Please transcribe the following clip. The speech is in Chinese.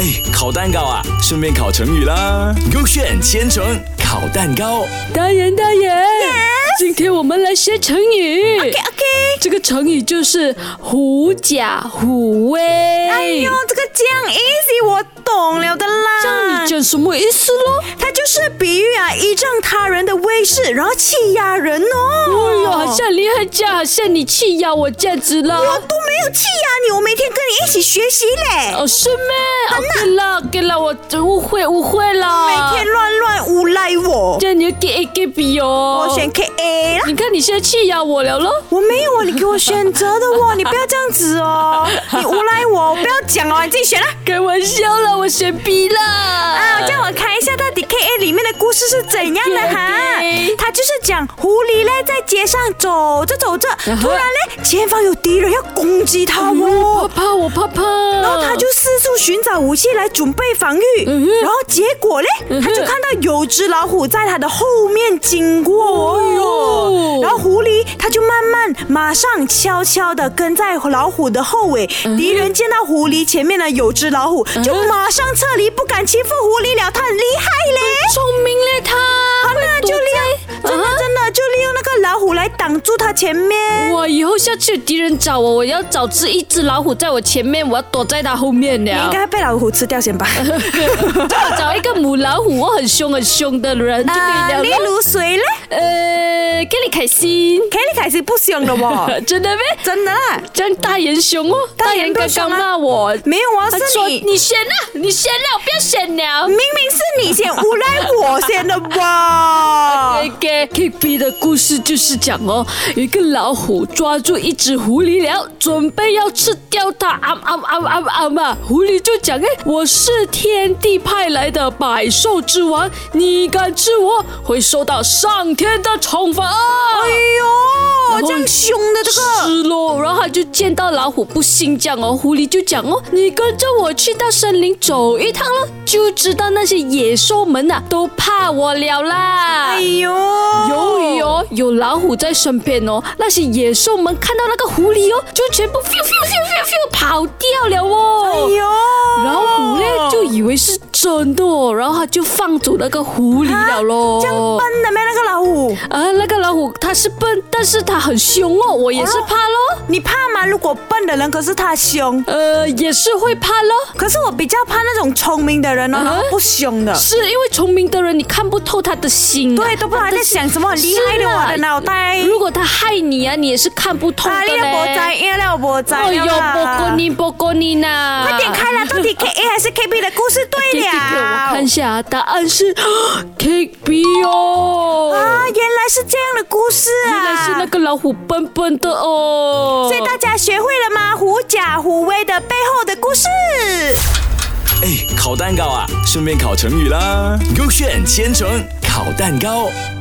烤蛋糕啊，顺便烤成语啦。勾选千层烤蛋糕。 大人，今天我们来学成语。 OK， 这个成语就是狐假虎威。 哎呦，这个这样 easy， 我懂了的啦。 这样你讲什么意思咯？ 它就是比喻依仗他人的威势，然后欺压人哦。 哎呦，好像厉害家，好像你欺压我这样子啦。 我都没有欺压你，我每天跟你一起学习嘞。 哦，是咩？OK 啦，我误会了。 每天乱诬赖我。 这样你要给 A 给 B 哦。 我选 KA 啦。 你看你现在欺压我了咯。 我没有啊，你给我选择的哦，你不要这样子哦。你诬赖我不要讲哦，你自己选啦。 开玩笑了，我选 B 啦。 啊，叫我看一下到底 KA 里面的故事是怎样的哈。 Okay. 他就是讲狐狸嘞在街上走着，突然嘞前方有敌人要攻击他哦。 我怕。 然后他就四处寻找武器来准备防御，然后结果嘞，他就看到有只老虎在他的后面经过，然后狐狸他就马上悄悄的跟在老虎的后尾，敌人见到狐狸前面呢有只老虎，就马上撤离，不敢欺负狐狸了，他很厉害嘞， 聪明嘞他。 那就利用真的就利用那个老虎来挡住他前面。 哇，以后下次有敌人找我，我要找一只老虎在我前面，我要躲在它后面了。 你应该被老虎吃掉先吧。 找一个母老虎，很凶的人就可以了。 例如谁嘞 ？Kelly 凯欣 ，Kelly 凯欣不凶的哦。 真的咩？ 真的啦。 这样大言凶哦。大言刚刚骂我， 没有啊，是你选了，我不要选了。 明明是你先诬赖我先的吧。 KB 的故事就是讲哦，有一个老虎抓住一只狐狸了，准备要吃掉它。狐狸就讲我是天帝派来的百兽之王，你敢吃我，会受到上天的惩罚。 哎呦，这样凶的这个。 是咯，然后他就见到老虎不信讲哦，狐狸就讲哦，你跟着我去到森林走一趟了，就知道那些野兽们都怕我了啦。 哎呦， 有老虎在身边哦，那些野兽们看到那个狐狸哦，就全部跑掉了哦。 哎呦， 然后狐狸就以为是真的哦，然后他就放走那个狐狸了咯。 这样笨的咩那个老虎？ 那个老虎它是笨，但是它很凶哦，我也是怕咯。 你怕吗？如果笨的人可是他凶， 也是会怕咯。 可是我比较怕那种聪明的人哦，然后不凶的。 是因为聪明的人你看不透他的心， 对，都不知道他在想什么，很厉害的我的脑袋。 如果他害你你也是看不透的嘞。哎呦，不过你呐！ 快点开啦，到底 KA 还是 KB 的故事对了？ 我看一下，答案是 KB 哦。 原来是这样的故事啊！ 原来是那个老虎笨笨的哦。 所以大家学会了吗？狐假虎威的背后的故事。 烤蛋糕啊，顺便烤成语啦。勾选千层烤蛋糕。